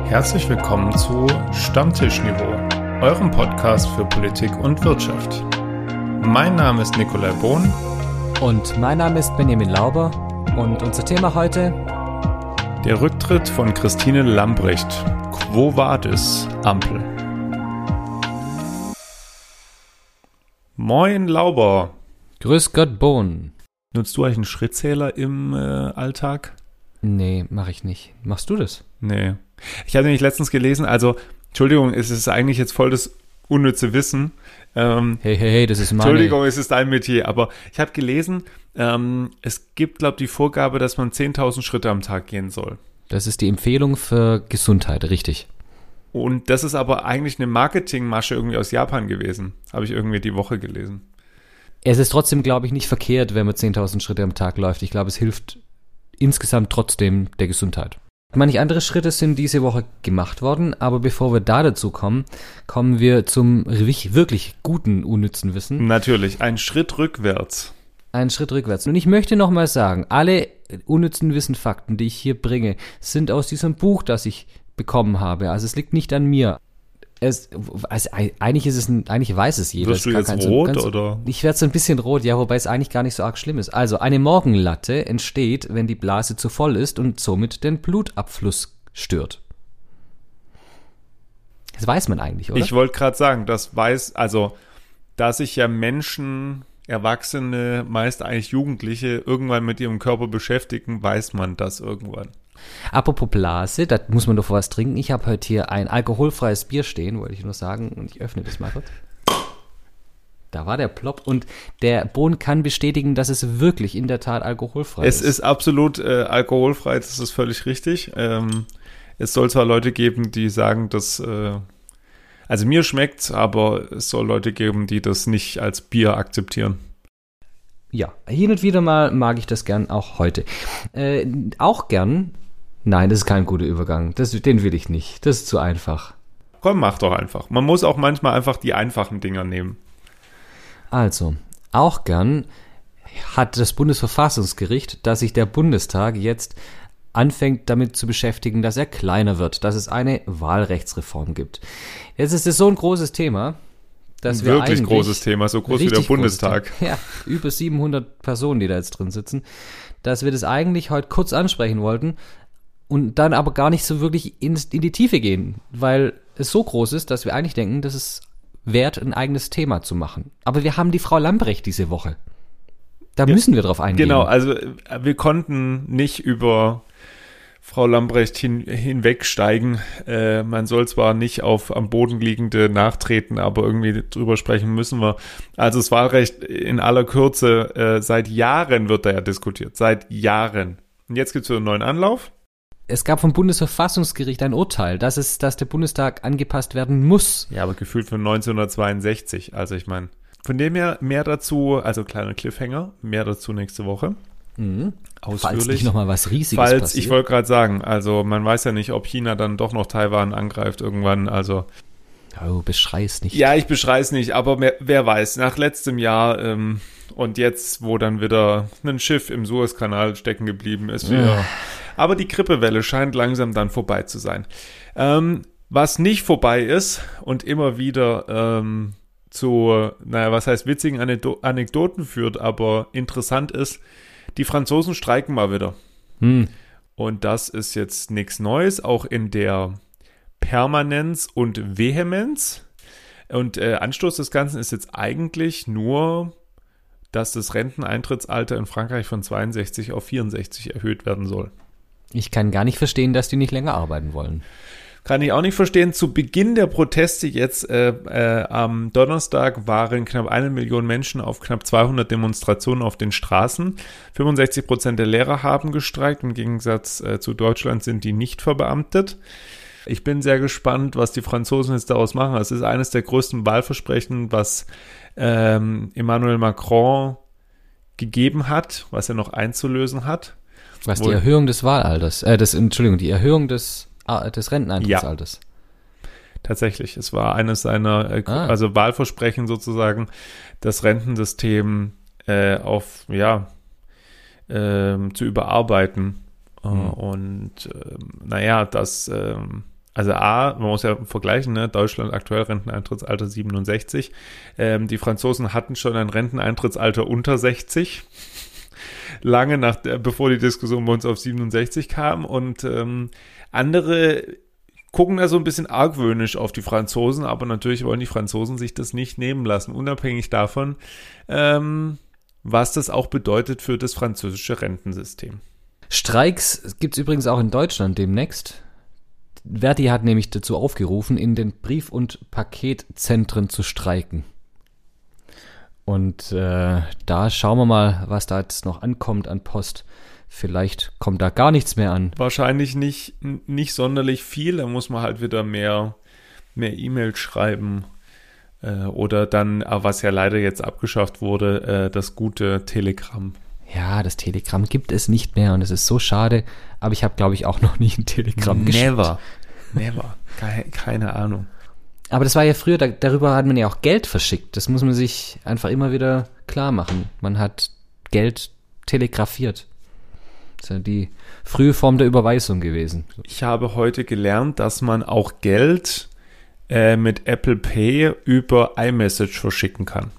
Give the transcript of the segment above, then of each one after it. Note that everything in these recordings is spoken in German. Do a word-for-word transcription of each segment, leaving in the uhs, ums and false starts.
Herzlich willkommen zu Stammtischniveau, eurem Podcast für Politik und Wirtschaft. Mein Name ist Nikolai Bohn. Und mein Name ist Benjamin Lauber. Und unser Thema heute: der Rücktritt von Christine Lambrecht. Quo vadis, Ampel? Moin Lauber. Grüß Gott, Bohn. Nutzt du eigentlich einen Schrittzähler im äh, Alltag? Nee, mache ich nicht. Machst du das? Nee. Ich habe nämlich letztens gelesen, also, Entschuldigung, es ist eigentlich jetzt voll das unnütze Wissen. Ähm, hey, hey, hey, das ist meine... Entschuldigung, es ist dein Metier, aber ich habe gelesen, ähm, es gibt, glaube ich, die Vorgabe, dass man zehntausend Schritte am Tag gehen soll. Das ist die Empfehlung für Gesundheit, richtig. Und das ist aber eigentlich eine Marketingmasche irgendwie aus Japan gewesen, habe ich irgendwie die Woche gelesen. Es ist trotzdem, glaube ich, nicht verkehrt, wenn man zehntausend Schritte am Tag läuft. Ich glaube, es hilft insgesamt trotzdem der Gesundheit. Manche andere Schritte sind diese Woche gemacht worden, aber bevor wir da dazu kommen, kommen wir zum wirklich guten, unnützen Wissen. Natürlich, ein Schritt rückwärts. Ein Schritt rückwärts. Und ich möchte nochmal sagen, alle unnützen Wissenfakten, die ich hier bringe, sind aus diesem Buch, das ich bekommen habe. Also es liegt nicht an mir. Es, also eigentlich ist es ein, eigentlich weiß es jeder. Wirst du jetzt rot, so, ganz, oder? Ich werde so ein bisschen rot, ja, wobei es eigentlich gar nicht so arg schlimm ist. Also eine Morgenlatte entsteht, wenn die Blase zu voll ist und somit den Blutabfluss stört. Das weiß man eigentlich, oder? Ich wollte gerade sagen, das weiß, also da sich ja Menschen, Erwachsene, meist eigentlich Jugendliche irgendwann mit ihrem Körper beschäftigen, weiß man das irgendwann. Apropos Blase, da muss man doch was trinken. Ich habe heute hier ein alkoholfreies Bier stehen, wollte ich nur sagen. Und ich öffne das mal kurz. Da war der Plop. Und der Bohn kann bestätigen, dass es wirklich in der Tat alkoholfrei es ist. Es ist absolut äh, alkoholfrei, das ist völlig richtig. Ähm, es soll zwar Leute geben, die sagen, dass, äh, also mir schmeckt's, aber es soll Leute geben, die das nicht als Bier akzeptieren. Ja, hin und wieder mal mag ich das gern, auch heute. Äh, auch gern... Nein, das ist kein guter Übergang. Das, den will ich nicht. Das ist zu einfach. Komm, mach doch einfach. Man muss auch manchmal einfach die einfachen Dinger nehmen. Also, auch gern hat das Bundesverfassungsgericht, dass sich der Bundestag jetzt anfängt damit zu beschäftigen, dass er kleiner wird, dass es eine Wahlrechtsreform gibt. Jetzt ist es so ein großes Thema, dass ein wir wirklich eigentlich... großes Thema, so groß wie der Bundestag. Ja, über siebenhundert Personen, die da jetzt drin sitzen, dass wir das eigentlich heute kurz ansprechen wollten, und dann aber gar nicht so wirklich in, in die Tiefe gehen, weil es so groß ist, dass wir eigentlich denken, das ist wert, ein eigenes Thema zu machen. Aber wir haben die Frau Lambrecht diese Woche. Da ja, müssen wir drauf eingehen. Genau, also wir konnten nicht über Frau Lambrecht hin, hinwegsteigen. Äh, man soll zwar nicht auf am Boden liegende nachtreten, aber irgendwie drüber sprechen müssen wir. Also das Wahlrecht in aller Kürze, äh, seit Jahren wird da ja diskutiert. Seit Jahren. Und jetzt gibt es einen neuen Anlauf. Es gab vom Bundesverfassungsgericht ein Urteil, dass es, dass der Bundestag angepasst werden muss. Ja, aber gefühlt von neunzehnhundertzweiundsechzig. Also ich meine, von dem her mehr dazu, also kleiner Cliffhanger, mehr dazu nächste Woche. Mhm. Ausführlich. Falls nicht nochmal was Riesiges Falls, passiert. Ich wollte gerade sagen, also man weiß ja nicht, ob China dann doch noch Taiwan angreift irgendwann, also... Oh, beschrei's nicht. Ja, ich beschrei's nicht, aber mehr, wer weiß, nach letztem Jahr ähm, und jetzt, wo dann wieder ein Schiff im Suezkanal stecken geblieben ist, wieder... Ja. Aber die Grippewelle scheint langsam dann vorbei zu sein. Ähm, was nicht vorbei ist und immer wieder ähm, zu, naja, was heißt witzigen Anekdo- Anekdoten führt, aber interessant ist, die Franzosen streiken mal wieder. Hm. Und das ist jetzt nichts Neues, auch in der Permanenz und Vehemenz. Und äh, Anstoß des Ganzen ist jetzt eigentlich nur, dass das Renteneintrittsalter in Frankreich von zweiundsechzig auf vierundsechzig erhöht werden soll. Ich kann gar nicht verstehen, dass die nicht länger arbeiten wollen. Kann ich auch nicht verstehen. Zu Beginn der Proteste jetzt äh, äh, am Donnerstag waren knapp eine Million Menschen auf knapp zweihundert Demonstrationen auf den Straßen. fünfundsechzig Prozent der Lehrer haben gestreikt. Im Gegensatz äh, zu Deutschland sind die nicht verbeamtet. Ich bin sehr gespannt, was die Franzosen jetzt daraus machen. Es ist eines der größten Wahlversprechen, was ähm, Emmanuel Macron gegeben hat, was er noch einzulösen hat. Was, die Erhöhung des Wahlalters, äh, das, Entschuldigung, die Erhöhung des, äh, des Renteneintrittsalters. Ja, tatsächlich. Es war eines seiner, äh, ah. also Wahlversprechen sozusagen, das Rentensystem äh, auf, ja, äh, zu überarbeiten. Hm. Und, äh, naja, das, äh, Also A, man muss ja vergleichen, ne? Deutschland aktuell Renteneintrittsalter siebenundsechzig. Ähm, die Franzosen hatten schon ein Renteneintrittsalter unter sechzig. Lange nach, bevor die Diskussion bei uns auf siebenundsechzig kam. Und ähm, andere gucken da so ein bisschen argwöhnisch auf die Franzosen, aber natürlich wollen die Franzosen sich das nicht nehmen lassen, unabhängig davon, ähm, was das auch bedeutet für das französische Rentensystem. Streiks gibt es übrigens auch in Deutschland demnächst. Verdi hat nämlich dazu aufgerufen, in den Brief- und Paketzentren zu streiken. Und äh, da schauen wir mal, was da jetzt noch ankommt an Post. Vielleicht kommt da gar nichts mehr an. Wahrscheinlich nicht, nicht sonderlich viel, da muss man halt wieder mehr, mehr E-Mails schreiben. Äh, oder dann, was ja leider jetzt abgeschafft wurde, äh, das gute Telegramm. Ja, das Telegramm gibt es nicht mehr und es ist so schade, aber ich habe, glaube ich, auch noch nie ein Telegramm geschickt. Never, never, keine, keine Ahnung. Aber das war ja früher, da, darüber hat man ja auch Geld verschickt. Das muss man sich einfach immer wieder klar machen. Man hat Geld telegrafiert. Das ist ja die frühe Form der Überweisung gewesen. Ich habe heute gelernt, dass man auch Geld äh, mit Apple Pay über iMessage verschicken kann.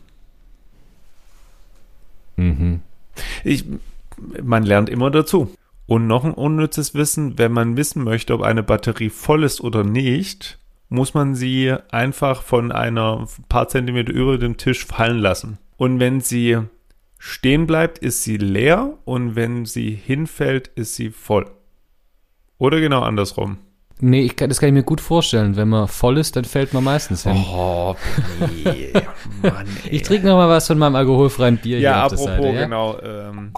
Mhm. Ich, man lernt immer dazu. Und noch ein unnützes Wissen, wenn man wissen möchte, ob eine Batterie voll ist oder nicht, muss man sie einfach von einer paar Zentimeter über dem Tisch fallen lassen. Und wenn sie stehen bleibt, ist sie leer und wenn sie hinfällt, ist sie voll. Oder genau andersrum. Nee, ich kann, das kann ich mir gut vorstellen. Wenn man voll ist, dann fällt man meistens hin. Oh, nee. Mann, ey. Ich trinke noch mal was von meinem alkoholfreien Bier ja, hier auf apropos, der Seite. Ja, genau. Ähm,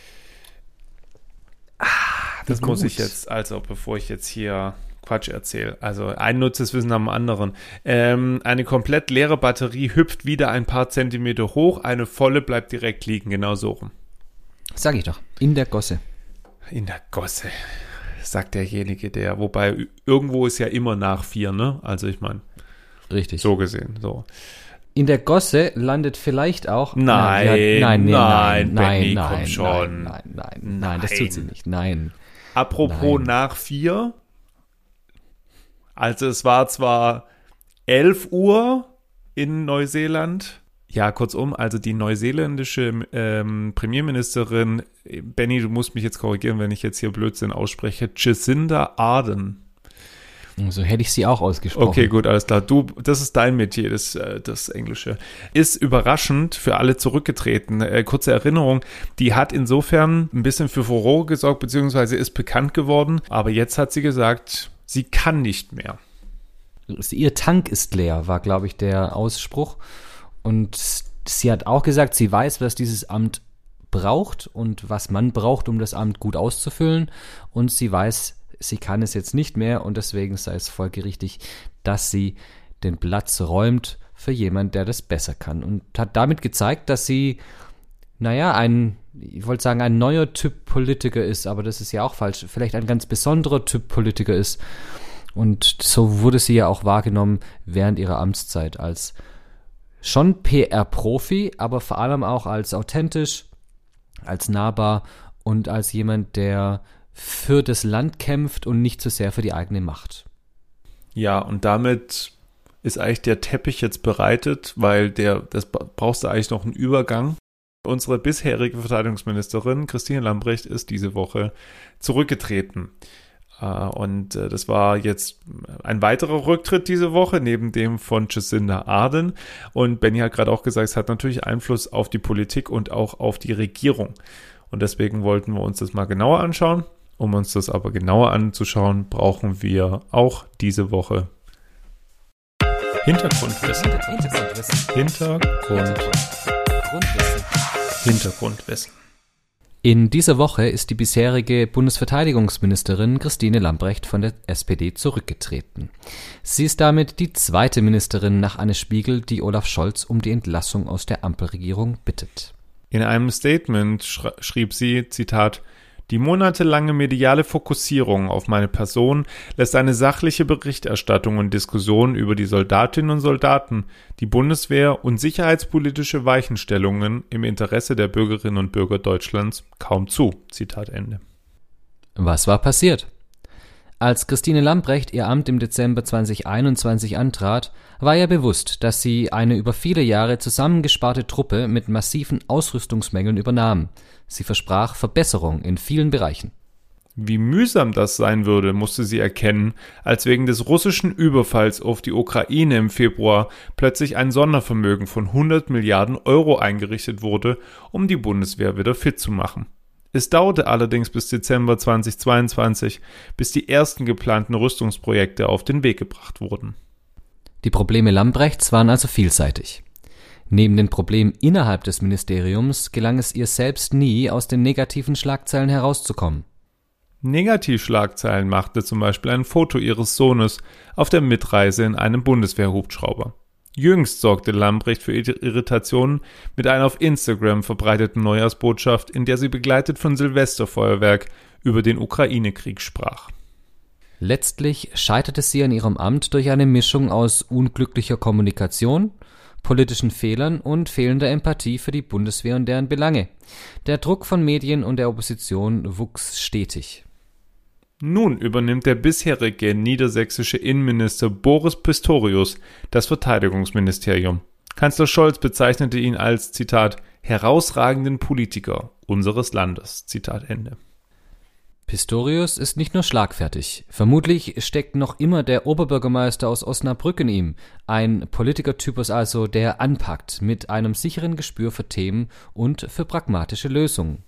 das muss ich jetzt, also bevor ich jetzt hier Quatsch erzähle, also ein nutzes Wissen am anderen. Ähm, eine komplett leere Batterie hüpft wieder ein paar Zentimeter hoch, eine volle bleibt direkt liegen, genau so rum. Sag ich doch, in der Gosse. In der Gosse, sagt derjenige, der, wobei irgendwo ist ja immer nach vier, ne? Also ich meine, richtig. So gesehen, so. In der Gosse landet vielleicht auch... Nein, nein, ja, nein, nee, nein, nein, Benni, nein, komm nein, schon. Nein, nein, nein, nein, das tut sie nicht, nein. Apropos Nein. nach vier, also es war zwar elf Uhr in Neuseeland, ja, kurzum, also die neuseeländische ähm, Premierministerin, Benni, du musst mich jetzt korrigieren, wenn ich jetzt hier Blödsinn ausspreche, Jacinda Ardern. So hätte ich sie auch ausgesprochen. Okay, gut, alles klar. Du, das ist dein Metier, das, das Englische. Ist überraschend für alle zurückgetreten. Äh, kurze Erinnerung, die hat insofern ein bisschen für Furore gesorgt, beziehungsweise ist bekannt geworden. Aber jetzt hat sie gesagt, sie kann nicht mehr. Ihr Tank ist leer, war, glaube ich, der Ausspruch. Und sie hat auch gesagt, sie weiß, was dieses Amt braucht und was man braucht, um das Amt gut auszufüllen. Und sie weiß, sie kann es jetzt nicht mehr und deswegen sei es folgerichtig, dass sie den Platz räumt für jemanden, der das besser kann. Und hat damit gezeigt, dass sie, naja, ein, ich wollte sagen, ein neuer Typ Politiker ist, aber das ist ja auch falsch, vielleicht ein ganz besonderer Typ Politiker ist. Und so wurde sie ja auch wahrgenommen während ihrer Amtszeit als schon P R-Profi, aber vor allem auch als authentisch, als nahbar und als jemand, der für das Land kämpft und nicht so sehr für die eigene Macht. Ja, und damit ist eigentlich der Teppich jetzt bereitet, weil der, das brauchst du eigentlich noch einen Übergang. Unsere bisherige Verteidigungsministerin Christine Lambrecht ist diese Woche zurückgetreten. Und das war jetzt ein weiterer Rücktritt diese Woche, neben dem von Jacinda Ardern. Und Benni hat gerade auch gesagt, es hat natürlich Einfluss auf die Politik und auch auf die Regierung. Und deswegen wollten wir uns das mal genauer anschauen. Um uns das aber genauer anzuschauen, brauchen wir auch diese Woche Hintergrundwissen. Hintergrundwissen. Hintergrund. Grundwissen. Hintergrundwissen. In dieser Woche ist die bisherige Bundesverteidigungsministerin Christine Lambrecht von der S P D zurückgetreten. Sie ist damit die zweite Ministerin nach Anne Spiegel, die Olaf Scholz um die Entlassung aus der Ampelregierung bittet. In einem Statement schra- schrieb sie, Zitat, die monatelange mediale Fokussierung auf meine Person lässt eine sachliche Berichterstattung und Diskussion über die Soldatinnen und Soldaten, die Bundeswehr und sicherheitspolitische Weichenstellungen im Interesse der Bürgerinnen und Bürger Deutschlands kaum zu. Zitat Ende. Was war passiert? Als Christine Lambrecht ihr Amt im Dezember zweitausendeinundzwanzig antrat, war ihr bewusst, dass sie eine über viele Jahre zusammengesparte Truppe mit massiven Ausrüstungsmängeln übernahm. Sie versprach Verbesserung in vielen Bereichen. Wie mühsam das sein würde, musste sie erkennen, als wegen des russischen Überfalls auf die Ukraine im Februar plötzlich ein Sondervermögen von hundert Milliarden Euro eingerichtet wurde, um die Bundeswehr wieder fit zu machen. Es dauerte allerdings bis Dezember zweitausendzweiundzwanzig, bis die ersten geplanten Rüstungsprojekte auf den Weg gebracht wurden. Die Probleme Lambrechts waren also vielseitig. Neben den Problemen innerhalb des Ministeriums gelang es ihr selbst nie, aus den negativen Schlagzeilen herauszukommen. Negativschlagzeilen machte zum Beispiel ein Foto ihres Sohnes auf der Mitreise in einem Bundeswehrhubschrauber. Jüngst sorgte Lambrecht für Irritationen mit einer auf Instagram verbreiteten Neujahrsbotschaft, in der sie begleitet von Silvesterfeuerwerk über den Ukraine-Krieg sprach. Letztlich scheiterte sie an ihrem Amt durch eine Mischung aus unglücklicher Kommunikation, politischen Fehlern und fehlender Empathie für die Bundeswehr und deren Belange. Der Druck von Medien und der Opposition wuchs stetig. Nun übernimmt der bisherige niedersächsische Innenminister Boris Pistorius das Verteidigungsministerium. Kanzler Scholz bezeichnete ihn als, Zitat, herausragenden Politiker unseres Landes, Zitat Ende. Pistorius ist nicht nur schlagfertig. Vermutlich steckt noch immer der Oberbürgermeister aus Osnabrück in ihm, ein Politikertypus also, der anpackt, mit einem sicheren Gespür für Themen und für pragmatische Lösungen.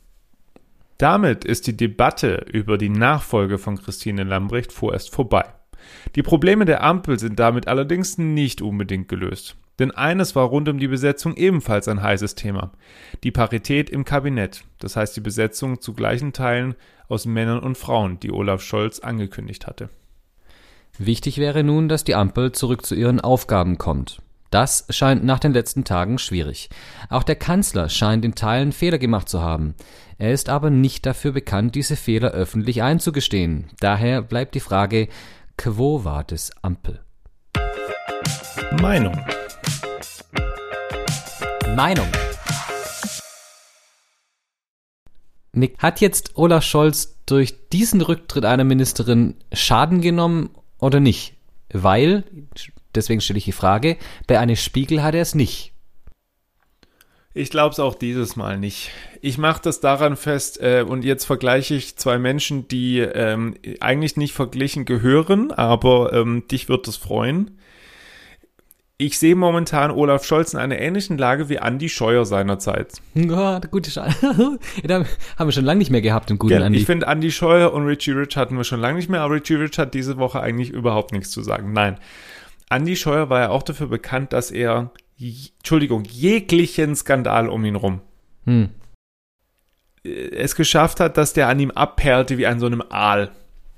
Damit ist die Debatte über die Nachfolge von Christine Lambrecht vorerst vorbei. Die Probleme der Ampel sind damit allerdings nicht unbedingt gelöst. Denn eines war rund um die Besetzung ebenfalls ein heißes Thema. Die Parität im Kabinett, das heißt die Besetzung zu gleichen Teilen aus Männern und Frauen, die Olaf Scholz angekündigt hatte. Wichtig wäre nun, dass die Ampel zurück zu ihren Aufgaben kommt. Das scheint nach den letzten Tagen schwierig. Auch der Kanzler scheint in Teilen Fehler gemacht zu haben. Er ist aber nicht dafür bekannt, diese Fehler öffentlich einzugestehen. Daher bleibt die Frage, quo vadis Ampel? Meinung. Meinung. Nick, hat jetzt Olaf Scholz durch diesen Rücktritt einer Ministerin Schaden genommen oder nicht? Weil, deswegen stelle ich die Frage, bei Anne Spiegel hat er es nicht. Ich glaube es auch dieses Mal nicht. Ich mache das daran fest, äh, und jetzt vergleiche ich zwei Menschen, die ähm, eigentlich nicht verglichen gehören, aber ähm, dich wird es freuen. Ich sehe momentan Olaf Scholz in einer ähnlichen Lage wie Andi Scheuer seinerzeit. Ja, gute Scheiße. Da haben wir schon lange nicht mehr gehabt, den guten ja, Andi. Ich finde, Andi Scheuer und Richie Rich hatten wir schon lange nicht mehr, aber Richie Rich hat diese Woche eigentlich überhaupt nichts zu sagen. Nein. Andi Scheuer war ja auch dafür bekannt, dass er, Entschuldigung, jeglichen Skandal um ihn rum hm. es geschafft hat, dass der an ihm abperlte wie an so einem Aal.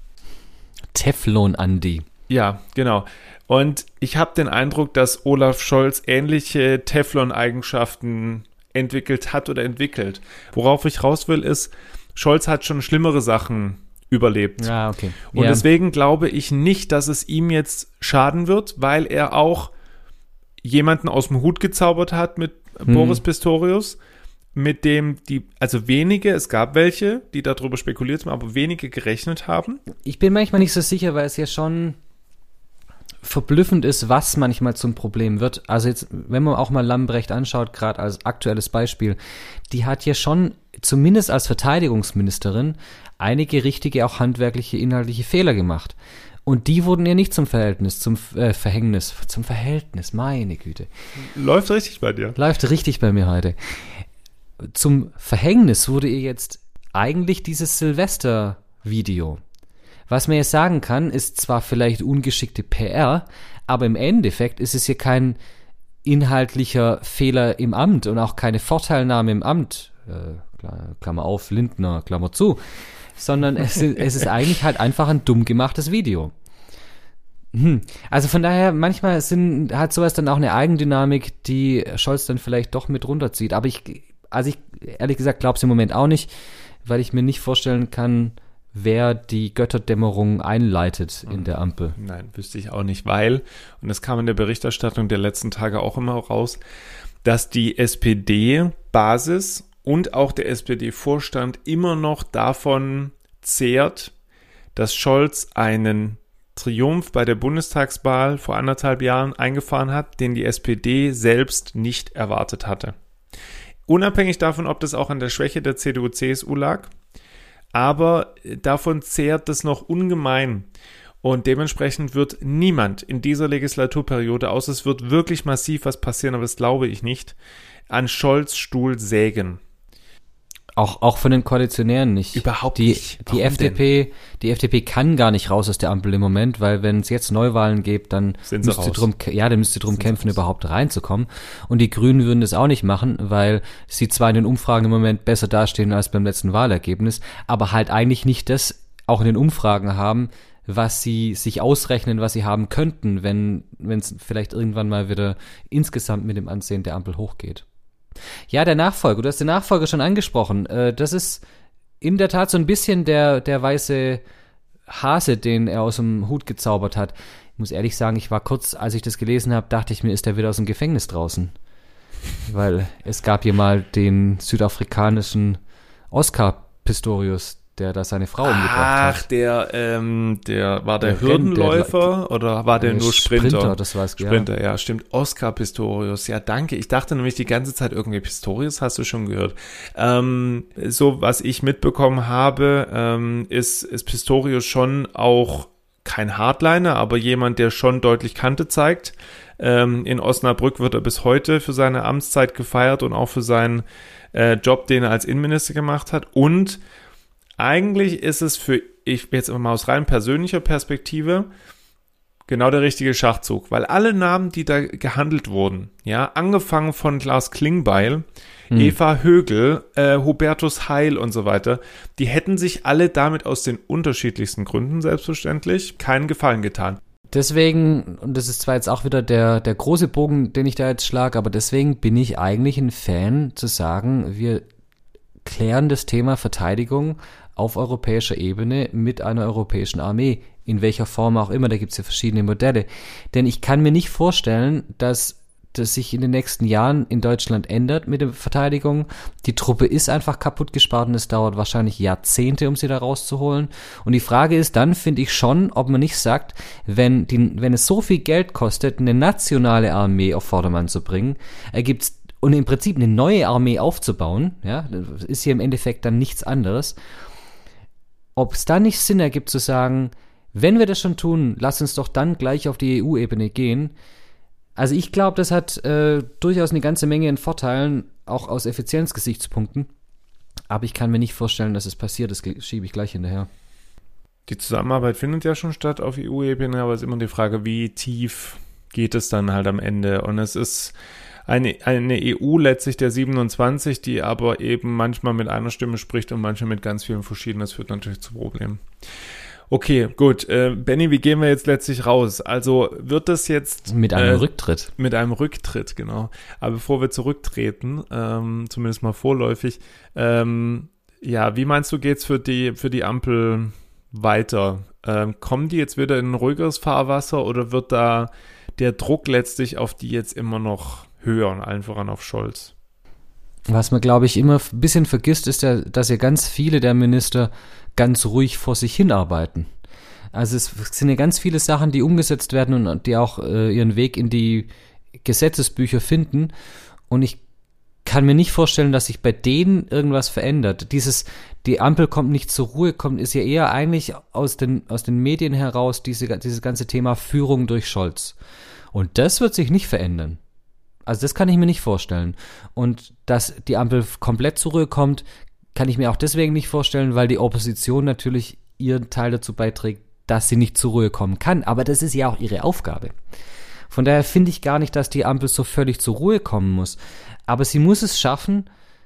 Teflon-Andi. Ja, genau. Und ich habe den Eindruck, dass Olaf Scholz ähnliche Teflon-Eigenschaften entwickelt hat oder entwickelt. Worauf ich raus will, ist, Scholz hat schon schlimmere Sachen überlebt. Ja, okay. Und ja. deswegen glaube ich nicht, dass es ihm jetzt schaden wird, weil er auch jemanden aus dem Hut gezaubert hat mit hm. Boris Pistorius, mit dem die, also wenige, es gab welche, die darüber spekuliert haben, aber wenige gerechnet haben. Ich bin manchmal nicht so sicher, weil es ja schon verblüffend ist, was manchmal zum Problem wird. Also jetzt, wenn man auch mal Lambrecht anschaut, gerade als aktuelles Beispiel, die hat ja schon, zumindest als Verteidigungsministerin, einige richtige, auch handwerkliche, inhaltliche Fehler gemacht. Und die wurden ihr nicht zum Verhältnis, zum äh, Verhängnis, zum Verhältnis, meine Güte. Läuft richtig bei dir. Läuft richtig bei mir heute. Zum Verhängnis wurde ihr jetzt eigentlich dieses Silvester-Video. Was man jetzt sagen kann, ist zwar vielleicht ungeschickte P R, aber im Endeffekt ist es hier kein inhaltlicher Fehler im Amt und auch keine Vorteilnahme im Amt, äh, Klammer auf, Lindner, Klammer zu, sondern es, es ist eigentlich halt einfach ein dumm gemachtes Video. Hm. Also von daher, manchmal sind, hat sowas dann auch eine Eigendynamik, die Scholz dann vielleicht doch mit runterzieht. Aber ich, also ich ehrlich gesagt glaube es im Moment auch nicht, weil ich mir nicht vorstellen kann, wer die Götterdämmerung einleitet in der Ampel. Nein, wüsste ich auch nicht, weil, und das kam in der Berichterstattung der letzten Tage auch immer raus, dass die S P D-Basis und auch der S P D-Vorstand immer noch davon zehrt, dass Scholz einen Triumph bei der Bundestagswahl vor anderthalb Jahren eingefahren hat, den die S P D selbst nicht erwartet hatte. Unabhängig davon, ob das auch an der Schwäche der C D U C S U lag, aber davon zehrt das noch ungemein. Und dementsprechend wird niemand in dieser Legislaturperiode, außer es wird wirklich massiv was passieren, aber das glaube ich nicht, an Scholz' Stuhl sägen. Auch, auch von den Koalitionären nicht. Überhaupt die, nicht. Warum die F D P, denn? die F D P kann gar nicht raus aus der Ampel im Moment, weil wenn es jetzt Neuwahlen gibt, dann Sind sie müsste raus. drum, ja, dann müsste drum Sind sie kämpfen, raus. überhaupt reinzukommen. Und die Grünen würden das auch nicht machen, weil sie zwar in den Umfragen im Moment besser dastehen als beim letzten Wahlergebnis, aber halt eigentlich nicht das auch in den Umfragen haben, was sie sich ausrechnen, was sie haben könnten, wenn wenn es vielleicht irgendwann mal wieder insgesamt mit dem Ansehen der Ampel hochgeht. Ja, der Nachfolger, du hast den Nachfolger schon angesprochen. Äh, das ist in der Tat so ein bisschen der, der weiße Hase, den er aus dem Hut gezaubert hat. Ich muss ehrlich sagen, ich war kurz, als ich das gelesen habe, dachte ich mir, ist der wieder aus dem Gefängnis draußen. Weil es gab hier mal den südafrikanischen Oscar Pistorius, der da seine Frau umgebracht hat. Ach, der, ähm, der, war der, Der Hürdenläufer Renn- oder war der der nur Sprinter? Sprinter, das war's, ja. Sprinter, ja, stimmt. Oscar Pistorius, ja, danke. Ich dachte nämlich die ganze Zeit irgendwie, Pistorius hast du schon gehört. Ähm, so, was ich mitbekommen habe, ähm, ist, ist Pistorius schon auch kein Hardliner, aber jemand, der schon deutlich Kante zeigt. Ähm, in Osnabrück wird er bis heute für seine Amtszeit gefeiert und auch für seinen äh, Job, den er als Innenminister gemacht hat. Und eigentlich ist es für, ich jetzt mal aus rein persönlicher Perspektive, genau der richtige Schachzug, weil alle Namen, die da gehandelt wurden, ja, angefangen von Klaus Klingbeil, hm. Eva Högel, äh, Hubertus Heil und so weiter, die hätten sich alle damit aus den unterschiedlichsten Gründen selbstverständlich keinen Gefallen getan. Deswegen, und das ist zwar jetzt auch wieder der, der große Bogen, den ich da jetzt schlage, aber deswegen bin ich eigentlich ein Fan zu sagen, wir klären das Thema Verteidigung auf europäischer Ebene mit einer europäischen Armee, in welcher Form auch immer, da gibt es ja verschiedene Modelle. Denn ich kann mir nicht vorstellen, dass das sich in den nächsten Jahren in Deutschland ändert mit der Verteidigung. Die Truppe ist einfach kaputt gespart und es dauert wahrscheinlich Jahrzehnte, um sie da rauszuholen. Und die Frage ist dann, finde ich schon, ob man nicht sagt, wenn, die, wenn es so viel Geld kostet, eine nationale Armee auf Vordermann zu bringen, ergibt es und im Prinzip eine neue Armee aufzubauen, ja, das ist hier im Endeffekt dann nichts anderes. Ob es da nicht Sinn ergibt zu sagen, wenn wir das schon tun, lass uns doch dann gleich auf die E U-Ebene gehen. Also ich glaube, das hat äh, durchaus eine ganze Menge an Vorteilen, auch aus Effizienzgesichtspunkten. Aber ich kann mir nicht vorstellen, dass es passiert, das schiebe ich gleich hinterher. Die Zusammenarbeit findet ja schon statt auf E U-Ebene, aber es ist immer die Frage, wie tief geht es dann halt am Ende. Und es ist eine, eine E U letztlich der siebenundzwanzig, die aber eben manchmal mit einer Stimme spricht und manchmal mit ganz vielen verschiedenen. Das führt natürlich zu Problemen. Okay, gut. Äh, Benni, wie gehen wir jetzt letztlich raus? Also wird das jetzt... Mit einem äh, Rücktritt. Mit einem Rücktritt, genau. Aber bevor wir zurücktreten, ähm, zumindest mal vorläufig, ähm, ja, wie meinst du, geht's für die, für die Ampel weiter? Ähm, kommen die jetzt wieder in ein ruhigeres Fahrwasser oder wird da der Druck letztlich auf die jetzt immer noch höher und allen voran auf Scholz? Was man, glaube ich, immer ein bisschen vergisst, ist ja, dass ja ganz viele der Minister ganz ruhig vor sich hinarbeiten. Also es sind ja ganz viele Sachen, die umgesetzt werden und die auch äh, ihren Weg in die Gesetzesbücher finden. Und ich kann mir nicht vorstellen, dass sich bei denen irgendwas verändert. Dieses, die Ampel kommt nicht zur Ruhe, kommt, ist ja eher eigentlich aus den, aus den Medien heraus diese, dieses ganze Thema Führung durch Scholz. Und das wird sich nicht verändern. Also das kann ich mir nicht vorstellen. Und dass die Ampel komplett zur Ruhe kommt, kann ich mir auch deswegen nicht vorstellen, weil die Opposition natürlich ihren Teil dazu beiträgt, dass sie nicht zur Ruhe kommen kann. Aber das ist ja auch ihre Aufgabe. Von daher finde ich gar nicht, dass die Ampel so völlig zur Ruhe kommen muss. Aber sie muss es schaffen,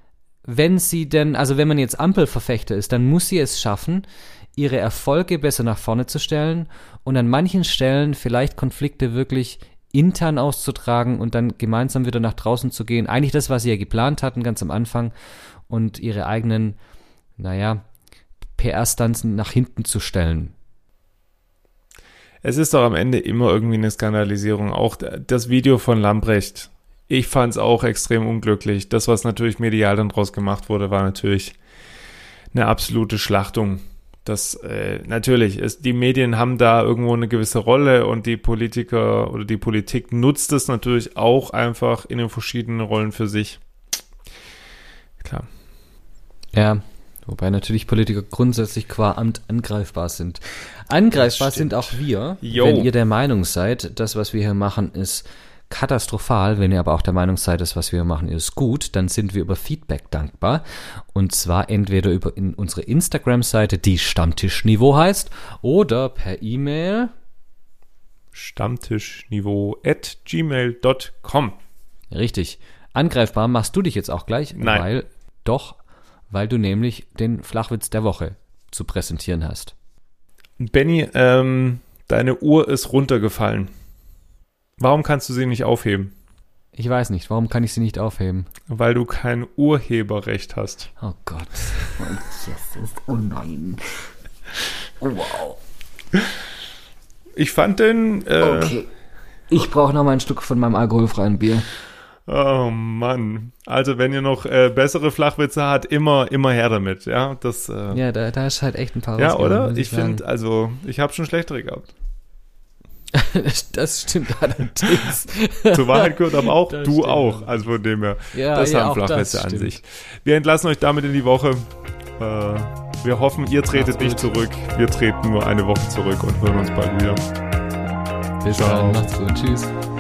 wenn sie denn, also wenn man jetzt Ampelverfechter ist, dann muss sie es schaffen, ihre Erfolge besser nach vorne zu stellen und an manchen Stellen vielleicht Konflikte wirklich intern auszutragen und dann gemeinsam wieder nach draußen zu gehen. Eigentlich das, was sie ja geplant hatten, ganz am Anfang, und ihre eigenen, naja, P R-Stunts nach hinten zu stellen. Es ist doch am Ende immer irgendwie eine Skandalisierung. Auch das Video von Lambrecht. Ich fand es auch extrem unglücklich. Das, was natürlich medial dann draus gemacht wurde, war natürlich eine absolute Schlachtung das äh, natürlich ist, die Medien haben da irgendwo eine gewisse Rolle und die Politiker oder die Politik nutzt es natürlich auch einfach in den verschiedenen Rollen für sich. Klar. Ja, wobei natürlich Politiker grundsätzlich qua Amt angreifbar sind. Angreifbar sind auch wir, Jo. wenn ihr der Meinung seid, das, was wir hier machen, ist katastrophal. Wenn ihr aber auch der Meinung seid, das, was wir machen, ist gut, dann sind wir über Feedback dankbar. Und zwar entweder über in unsere Instagram-Seite, die Stammtischniveau heißt, oder per E-Mail Stammtischniveau at gmail dot com. Richtig. Angreifbar machst du dich jetzt auch gleich, Nein. weil doch, weil du nämlich den Flachwitz der Woche zu präsentieren hast. Benny, ähm, deine Uhr ist runtergefallen. Warum kannst du sie nicht aufheben? Ich weiß nicht, warum kann ich sie nicht aufheben? Weil du kein Urheberrecht hast. Oh Gott. Jesus, oh nein. Oh, wow. Ich fand den... Äh, Okay. Ich brauche noch mal ein Stück von meinem alkoholfreien Bier. Oh Mann. Also wenn ihr noch äh, bessere Flachwitze habt, immer, immer her damit. Ja, das, äh, Ja, da, da ist halt echt ein paar ja rausgegangen, oder? muss Ich sagen. finde, also ich habe schon schlechtere gehabt. das, das stimmt allerdings. Zur Wahrheit gehört aber auch, Das du stimmt. auch. Also von dem her, Ja, das ja, haben auch Flachwitze das an stimmt. sich. Wir entlassen euch damit in die Woche. Äh, wir hoffen, ihr tretet Macht's nicht gut. zurück. Wir treten nur eine Woche zurück und hören uns bald wieder. Bis Ciao. dann, macht's gut, tschüss.